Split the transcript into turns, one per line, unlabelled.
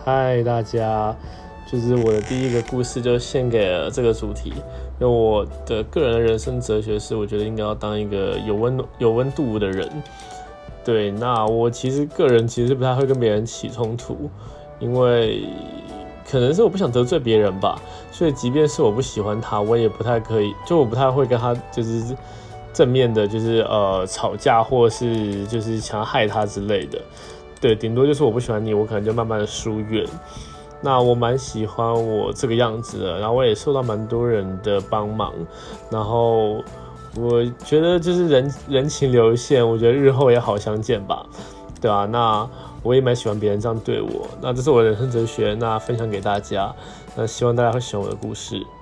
嗨，大家，就是我的第一个故事就献给了这个主题。因为我的个人的人生哲学是，我觉得应该要当一个有温度的人。对，那我个人其实不太会跟别人起冲突，因为可能是我不想得罪别人吧，所以即便是我不喜欢他，我也不太可以，我不太会跟他就是正面的，就是吵架，或是就是想要害他之类的。对，顶多就是我不喜欢你，我可能就慢慢的疏远。那我蛮喜欢我这个样子的，然后我也受到蛮多人的帮忙，然后我觉得就是人情留一线，我觉得日后也好相见吧，对啊，那我也蛮喜欢别人这样对我，那这是我的人生哲学，那分享给大家，那希望大家会喜欢我的故事。